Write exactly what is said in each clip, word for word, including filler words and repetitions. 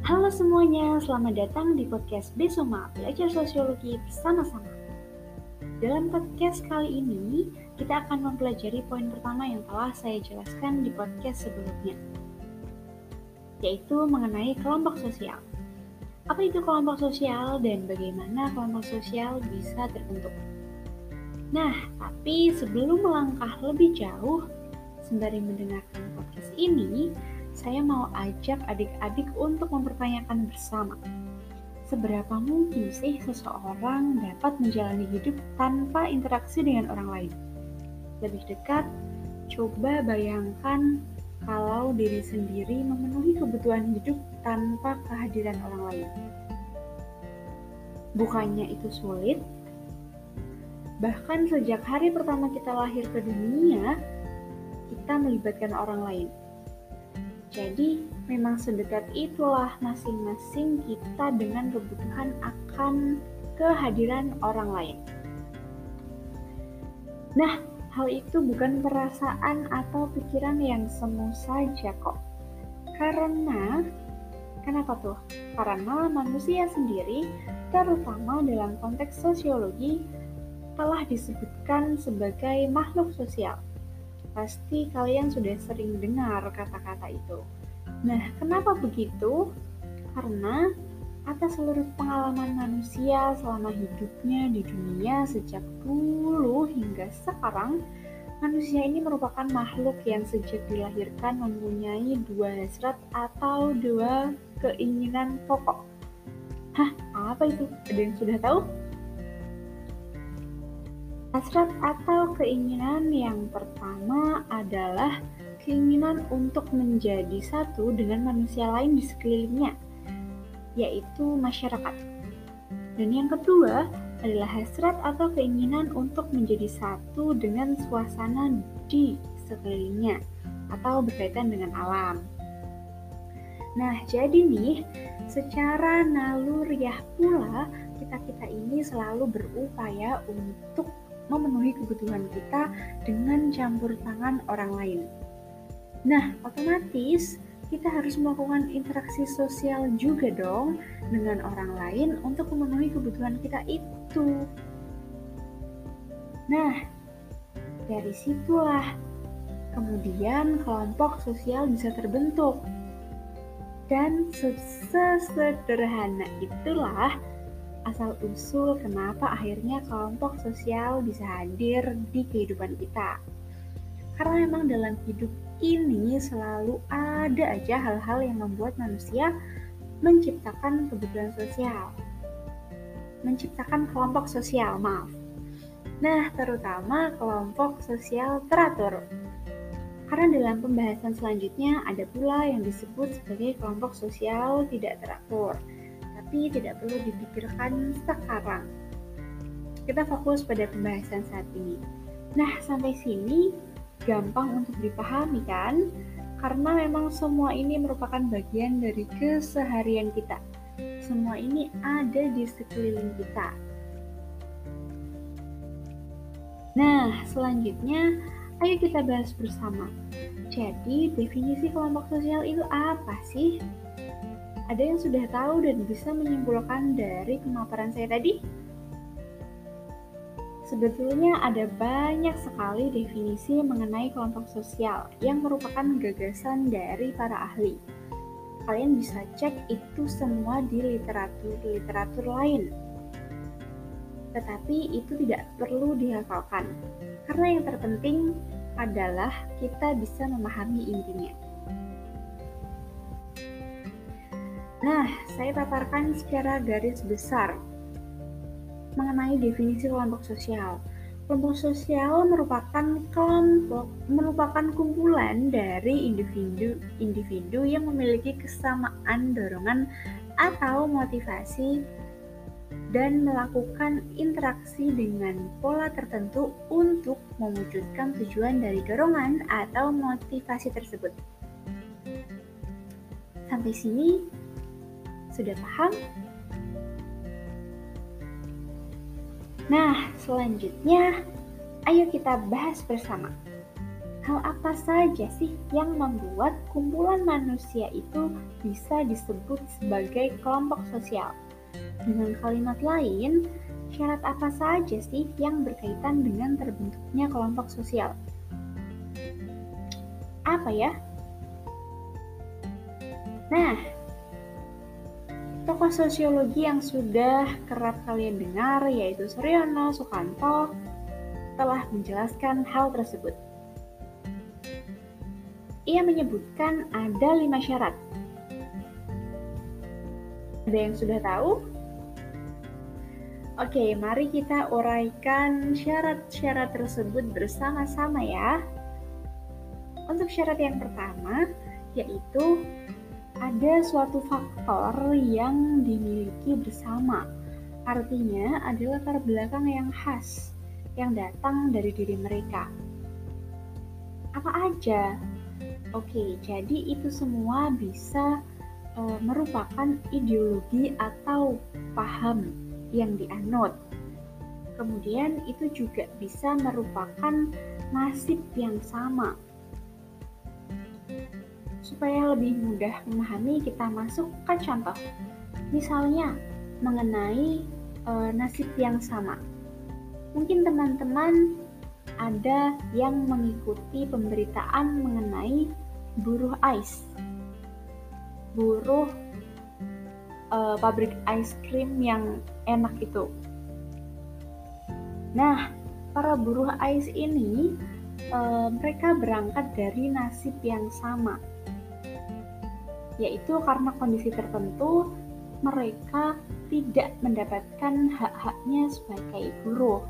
Halo semuanya, selamat datang di podcast Besoma, belajar sosiologi bersama-sama. Dalam podcast kali ini, kita akan mempelajari poin pertama yang telah saya jelaskan di podcast sebelumnya, yaitu mengenai kelompok sosial. Apa itu kelompok sosial dan bagaimana kelompok sosial bisa terbentuk? Nah, tapi sebelum melangkah lebih jauh, sembari mendengarkan podcast ini, saya mau ajak adik-adik untuk mempertanyakan bersama. Seberapa mungkin sih seseorang dapat menjalani hidup tanpa interaksi dengan orang lain? Lebih dekat, coba bayangkan kalau diri sendiri memenuhi kebutuhan hidup tanpa kehadiran orang lain. Bukannya itu sulit? Bahkan sejak hari pertama kita lahir ke dunia, kita melibatkan orang lain. Jadi, memang sedekat itulah masing-masing kita dengan kebutuhan akan kehadiran orang lain. Nah, hal itu bukan perasaan atau pikiran yang semu saja kok. Karena, kenapa tuh? Karena manusia sendiri, terutama dalam konteks sosiologi, telah disebutkan sebagai makhluk sosial. Pasti kalian sudah sering dengar kata-kata itu. Nah, kenapa begitu? Karena atas seluruh pengalaman manusia selama hidupnya di dunia sejak dulu hingga sekarang, manusia ini merupakan makhluk yang sejak dilahirkan mempunyai dua hasrat atau dua keinginan pokok. Hah, apa itu? Ada yang sudah tahu? Hasrat atau keinginan yang pertama adalah keinginan untuk menjadi satu dengan manusia lain di sekelilingnya, yaitu masyarakat. Dan yang kedua adalah hasrat atau keinginan untuk menjadi satu dengan suasana di sekelilingnya atau berkaitan dengan alam. Nah, jadi nih, secara naluriah pula kita-kita ini selalu berupaya untuk memenuhi kebutuhan kita dengan campur tangan orang lain. Nah, otomatis kita harus melakukan interaksi sosial juga dong dengan orang lain untuk memenuhi kebutuhan kita itu. Nah, dari situlah kemudian kelompok sosial bisa terbentuk. Dan sesederhana itulah asal-usul kenapa akhirnya kelompok sosial bisa hadir di kehidupan kita. Karena memang dalam hidup ini selalu ada aja hal-hal yang membuat manusia menciptakan kebutuhan sosial. Menciptakan kelompok sosial, maaf. Nah, terutama kelompok sosial teratur. Karena dalam pembahasan selanjutnya ada pula yang disebut sebagai kelompok sosial tidak teratur. Tapi tidak perlu dipikirkan sekarang. Kita fokus pada pembahasan saat ini. Nah, sampai sini gampang untuk dipahami kan? Karena memang semua ini merupakan bagian dari keseharian kita. Semua ini ada di sekeliling kita. Nah, selanjutnya ayo kita bahas bersama. Jadi, definisi kelompok sosial itu apa sih? Ada yang sudah tahu dan bisa menyimpulkan dari pemaparan saya tadi? Sebetulnya ada banyak sekali definisi mengenai kelompok sosial yang merupakan gagasan dari para ahli. Kalian bisa cek itu semua di literatur-literatur lain. Tetapi itu tidak perlu dihafalkan, karena yang terpenting adalah kita bisa memahami intinya. Nah, saya paparkan secara garis besar mengenai definisi kelompok sosial. Kelompok sosial merupakan kelompok merupakan kumpulan dari individu-individu yang memiliki kesamaan dorongan atau motivasi dan melakukan interaksi dengan pola tertentu untuk mewujudkan tujuan dari dorongan atau motivasi tersebut. Sampai sini sudah paham? Nah, selanjutnya ayo kita bahas bersama. hal apa saja sih yang membuat kumpulan manusia itu bisa disebut sebagai kelompok sosial? Dengan kalimat lain, syarat apa saja sih yang berkaitan dengan terbentuknya kelompok sosial? Apa ya? Nah, tokoh sosiologi yang sudah kerap kalian dengar yaitu Suryono Sukanto telah menjelaskan hal tersebut. Ia menyebutkan ada lima syarat. Ada yang sudah tahu? Oke, mari kita uraikan syarat-syarat tersebut bersama-sama ya. Untuk syarat yang pertama, yaitu ada suatu faktor yang dimiliki bersama. Artinya ada latar belakang yang khas yang datang dari diri mereka. Apa aja? Oke, jadi itu semua bisa e, merupakan ideologi atau paham yang dianut. Kemudian itu juga bisa merupakan nasib yang sama. Supaya lebih mudah memahami, kita masuk ke contoh. Misalnya mengenai e, nasib yang sama. Mungkin teman-teman ada yang mengikuti pemberitaan mengenai buruh ice, buruh uh, pabrik ice cream yang enak itu. Nah, para buruh ice ini uh, mereka berangkat dari nasib yang sama, yaitu karena kondisi tertentu mereka tidak mendapatkan hak-haknya sebagai buruh.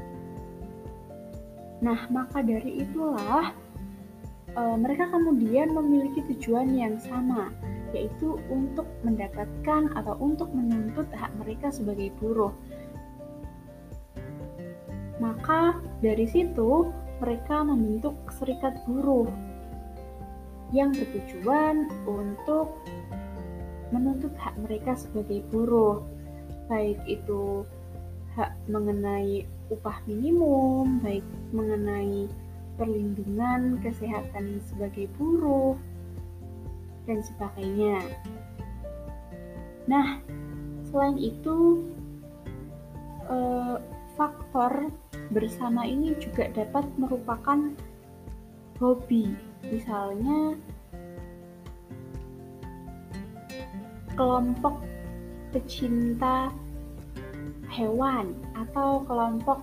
Nah, maka dari itulah e, mereka kemudian memiliki tujuan yang sama, yaitu untuk mendapatkan atau untuk menuntut hak mereka sebagai buruh. Maka dari situ mereka membentuk serikat buruh yang bertujuan untuk menuntut hak mereka sebagai buruh, baik itu hak mengenai upah minimum, baik mengenai perlindungan kesehatan sebagai buruh, dan sebagainya. Nah, selain itu, eh, faktor bersama ini juga dapat merupakan hobi. Misalnya, kelompok pecinta hewan atau kelompok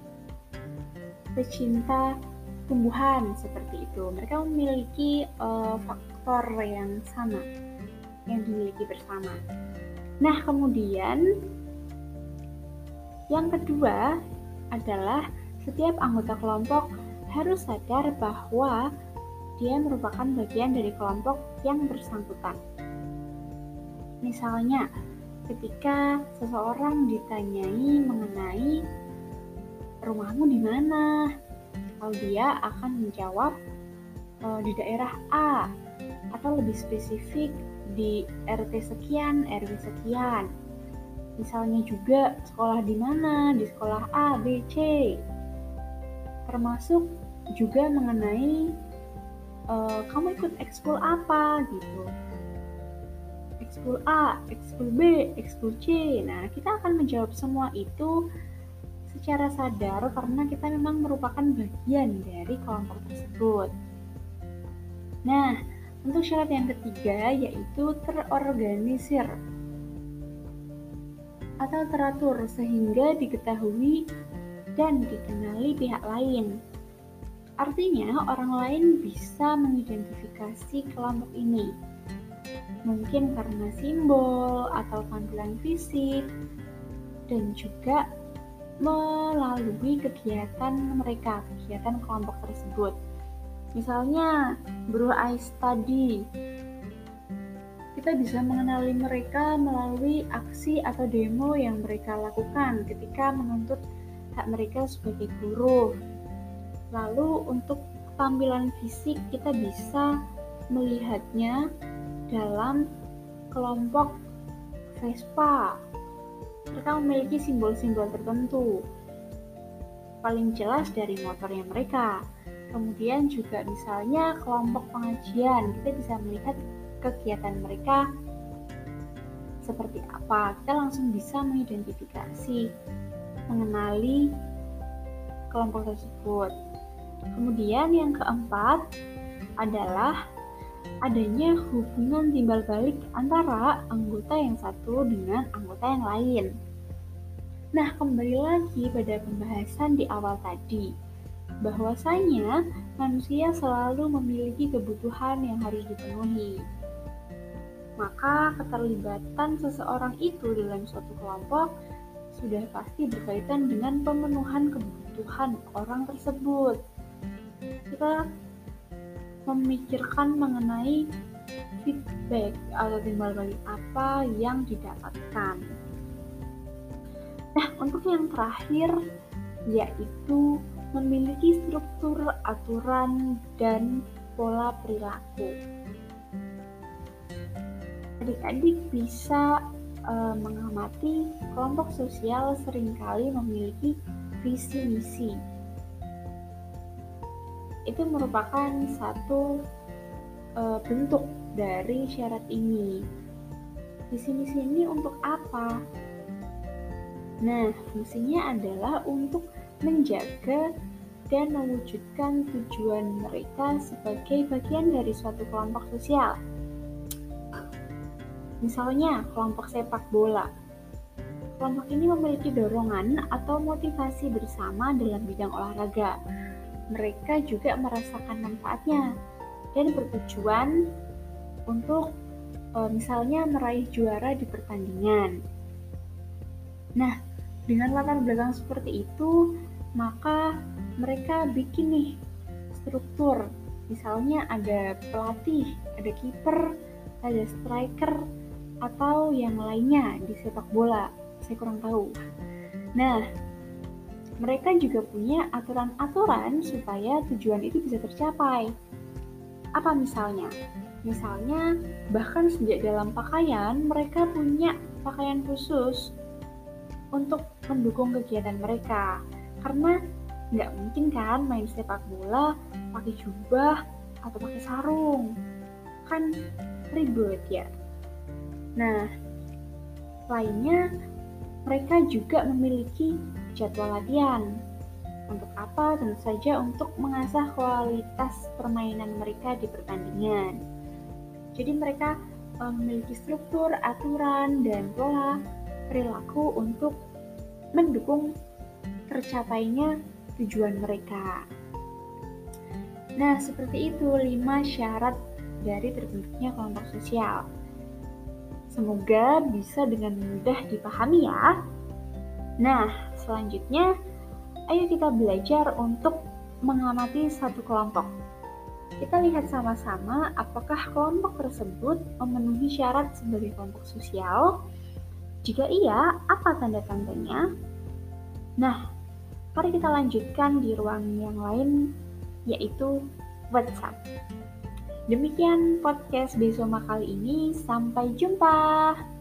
pecinta tumbuhan seperti itu. Mereka memiliki uh, faktor yang sama yang dimiliki bersama. Nah, kemudian yang kedua adalah setiap anggota kelompok harus sadar bahwa dia merupakan bagian dari kelompok yang bersangkutan. Misalnya, ketika seseorang ditanyai mengenai rumahmu di mana, kalau dia akan menjawab e, di daerah A, atau lebih spesifik di R T sekian, R W sekian. Misalnya juga sekolah di mana, di sekolah A, B, C. Termasuk juga mengenai e, kamu ikut ekskul apa gitu. Ekskul A, ekskul B, ekskul C. Nah, kita akan menjawab semua itu secara sadar karena kita memang merupakan bagian dari kelompok tersebut. Nah, untuk syarat yang ketiga yaitu terorganisir atau teratur sehingga diketahui dan dikenali pihak lain. Artinya, orang lain bisa mengidentifikasi kelompok ini. Mungkin karena simbol atau tampilan fisik, dan juga melalui kegiatan mereka, kegiatan kelompok tersebut. Misalnya, buruh ice tadi, kita bisa mengenali mereka melalui aksi atau demo yang mereka lakukan ketika menuntut hak mereka sebagai buruh. Lalu untuk tampilan fisik kita bisa melihatnya dalam kelompok Vespa. Mereka memiliki simbol-simbol tertentu. Paling jelas dari motornya mereka. Kemudian juga misalnya kelompok pengajian, kita bisa melihat kegiatan mereka seperti apa. Kita langsung bisa mengidentifikasi, mengenali kelompok tersebut. Kemudian yang keempat adalah adanya hubungan timbal balik antara anggota yang satu dengan anggota yang lain. Nah, kembali lagi pada pembahasan di awal tadi, bahwasanya manusia selalu memiliki kebutuhan yang harus dipenuhi. Maka keterlibatan seseorang itu dalam suatu kelompok sudah pasti berkaitan dengan pemenuhan kebutuhan orang tersebut. Kita memikirkan mengenai feedback atau timbal balik apa yang didapatkan. Nah, untuk yang terakhir yaitu memiliki struktur, aturan, dan pola perilaku. Adik-adik bisa uh, mengamati kelompok sosial seringkali memiliki visi misi. Itu merupakan satu uh, bentuk dari syarat ini. Visi misi ini untuk apa? Nah, fungsinya adalah untuk menjaga dan mewujudkan tujuan mereka sebagai bagian dari suatu kelompok sosial. Misalnya, kelompok sepak bola. Kelompok ini memiliki dorongan atau motivasi bersama dalam bidang olahraga. Mereka juga merasakan manfaatnya dan bertujuan untuk e, misalnya meraih juara di pertandingan. Nah, dengan latar belakang seperti itu, maka mereka bikin nih struktur. Misalnya ada pelatih, ada kiper, ada striker, atau yang lainnya di sepak bola. Saya kurang tahu. Nah, mereka juga punya aturan-aturan supaya tujuan itu bisa tercapai. Apa misalnya? Misalnya, bahkan sejak dalam pakaian, mereka punya pakaian khusus untuk mendukung kegiatan mereka. Karena nggak mungkin kan main sepak bola pakai jubah atau pakai sarung. Kan ribet ya. Nah, lainnya mereka juga memiliki jadwal latihan. Untuk apa? Tentu saja untuk mengasah kualitas permainan mereka di pertandingan. Jadi mereka memiliki struktur, aturan, dan pola perilaku untuk mendukung tercapainya tujuan mereka. Nah, seperti itu lima syarat dari terbentuknya kelompok sosial. Semoga bisa dengan mudah dipahami ya. Nah, selanjutnya ayo kita belajar untuk mengamati satu kelompok. Kita lihat sama-sama apakah kelompok tersebut memenuhi syarat sebagai kelompok sosial. Jika iya, apa tanda-tandanya? Nah, mari kita lanjutkan di ruang yang lain, yaitu WhatsApp. Demikian podcast Besoma kali ini, sampai jumpa.